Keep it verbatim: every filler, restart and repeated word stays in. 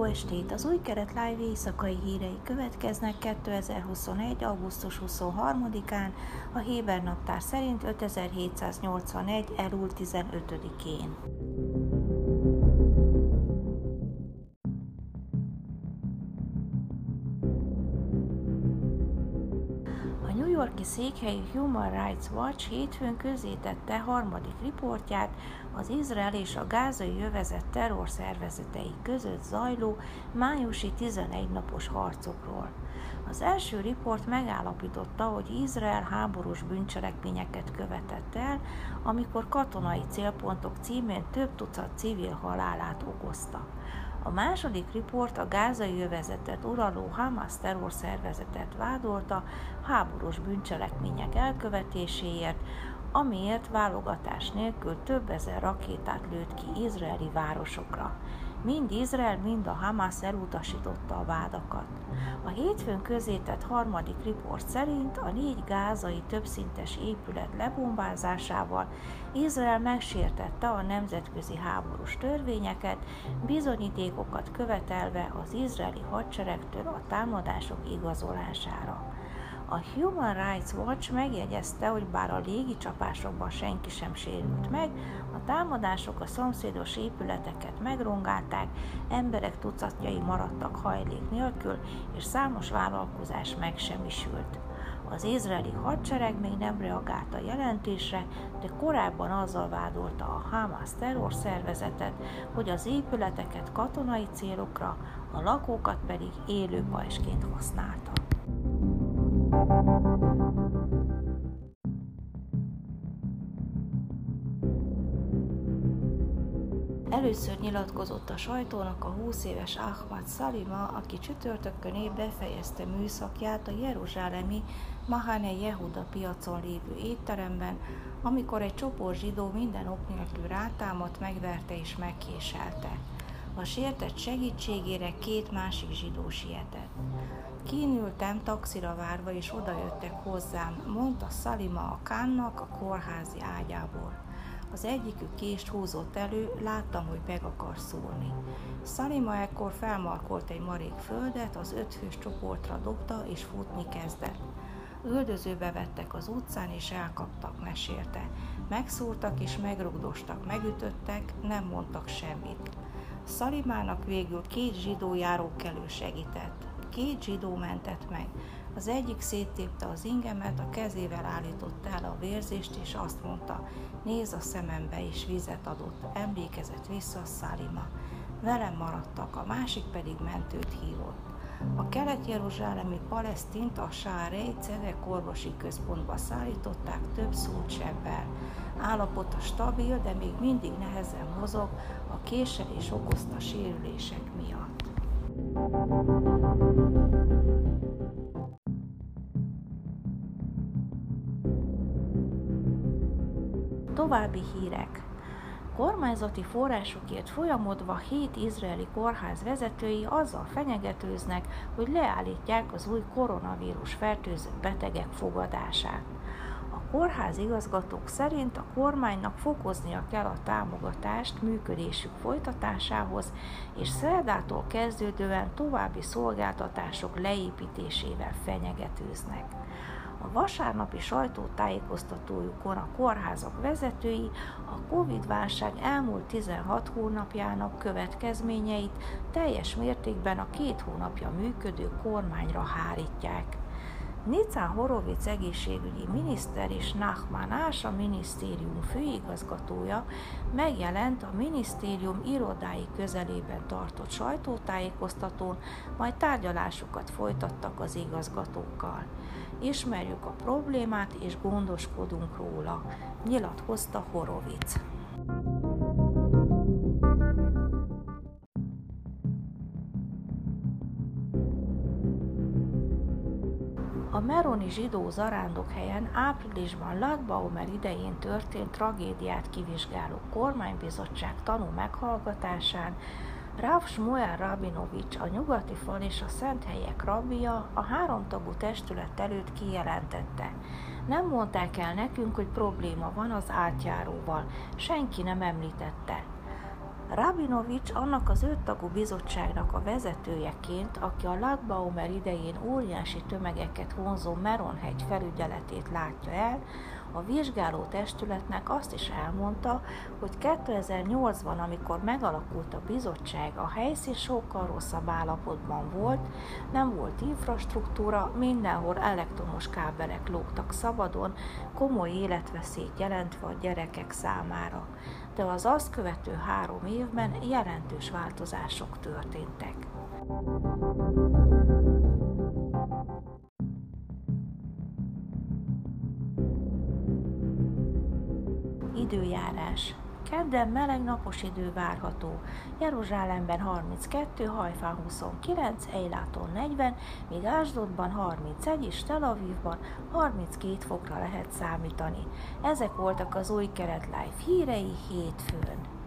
estét! Az Új Kelet Live éjszakai hírei következnek kétezer-huszonegy. augusztus huszonharmadikán, a Héber naptár szerint ötezer-hétszáznyolcvanegy. Elul tizenötödikén. A New York-i székhelyű Human Rights Watch hétfőn közzétette harmadik riportját az Izrael és a gázai övezet terrorszervezetei között zajló májusi tizenegy napos harcokról. Az első riport megállapította, hogy Izrael háborús bűncselekményeket követett el, amikor katonai célpontok címén több tucat civil halálát okozta. A második riport a gázai övezetet uraló Hamas terrorszervezetet vádolta háborús bűncselekmények elkövetéséért, amiért válogatás nélkül több ezer rakétát lőtt ki izraeli városokra. Mind Izrael, mind a Hamas elutasította a vádakat. A hétfőn közzétett harmadik riport szerint a négy gázai többszintes épület lebombázásával Izrael megsértette a nemzetközi háborús törvényeket, bizonyítékokat követelve az izraeli hadseregtől a támadások igazolására. A Human Rights Watch megjegyezte, hogy bár a légicsapásokban senki sem sérült meg, a támadások a szomszédos épületeket megrongálták, emberek tucatjai maradtak hajlék nélkül, és számos vállalkozás megsemmisült. Az izraeli hadsereg még nem reagált a jelentésre, de korábban azzal vádolta a Hamas terrorszervezetet, hogy az épületeket katonai célokra, a lakókat pedig élő pajzsként használta. Először nyilatkozott a sajtónak a húsz éves Ahmad Salima, aki csütörtökön befejezte műszakját a jeruzsálemi Mahane Yehuda piacon lévő étteremben, amikor egy csoport zsidó minden ok nélkül rátámadt, megverte és megkéselte. A sértett segítségére két másik zsidó sietett. Kínültem taxira várva, és odajöttek hozzám, mondta Salima a Kánnak a kórházi ágyából. Az egyikük kést húzott elő, láttam, hogy meg akar szólni. Salima ekkor felmarkolt egy marék földet, az ötfős csoportra dobta, és futni kezdett. Üldözőbe vettek az utcán, és elkaptak, mesélte. Megszúrtak és megrugdostak, megütöttek, nem mondtak semmit. Salimának végül két zsidó járókelő segített. Két zsidó mentett meg. Az egyik széttépte az ingemet, a kezével állította el a vérzést, és azt mondta, nézz a szemembe, és vizet adott. Emlékezett vissza Salima. Velem maradtak, a másik pedig mentőt hívott. A kelet-jeruzsálemi palesztint a Sárei Cedek orvosi központba szállították több szólt sebbel. Állapota stabil, de még mindig nehezen mozog a késelés okozta sérülések miatt. További hírek. Kormányzati forrásokért folyamodva hét izraeli kórház vezetői azzal fenyegetőznek, hogy leállítják az új koronavírus fertőzött betegek fogadását. A kórház igazgatók szerint a kormánynak fokoznia kell a támogatást működésük folytatásához, és szerdától kezdődően további szolgáltatások leépítésével fenyegetőznek. A vasárnapi sajtótájékoztatójukon a kórházak vezetői a Covid-válság elmúlt tizenhat hónapjának következményeit teljes mértékben a két hónapja működő kormányra hárítják. Nitzan Horowitz egészségügyi miniszter és Nachman Ás, a minisztérium főigazgatója megjelent a minisztérium irodái közelében tartott sajtótájékoztatón, majd tárgyalásokat folytattak az igazgatókkal. Ismerjük a problémát és gondoskodunk róla, nyilatkozta Horowitz. A meroni zsidó zarándokhelyen áprilisban Lag Baumer idején történt tragédiát kivizsgáló kormánybizottság tanú meghallgatásán Rav Shmuel Rabinovics, a nyugati fal és a szent helyek rabbija a háromtagú testület előtt kijelentette. Nem mondták el nekünk, hogy probléma van az átjáróval, senki nem említette. Rabinovics annak az öttagú bizottságnak a vezetőjeként, aki a Lag Baumer idején óriási tömegeket vonzó Meron-hegy felügyeletét látja el, a vizsgáló testületnek azt is elmondta, hogy kétezer-nyolcban, amikor megalakult a bizottság, a helyszín sokkal rosszabb állapotban volt, nem volt infrastruktúra, mindenhol elektromos kábelek lógtak szabadon, komoly életveszélyt jelentve a gyerekek számára. De az azt követő három évben jelentős változások történtek. Időjárás. Kedden meleg napos idő várható. Jeruzsálemben harminckettő, Hajfán huszonkilenc, Eiláton negyven, míg Ásdodban harmincegy és Tel Avivban harminckét fokra lehet számítani. Ezek voltak az új Kelet Live hírei hétfőn.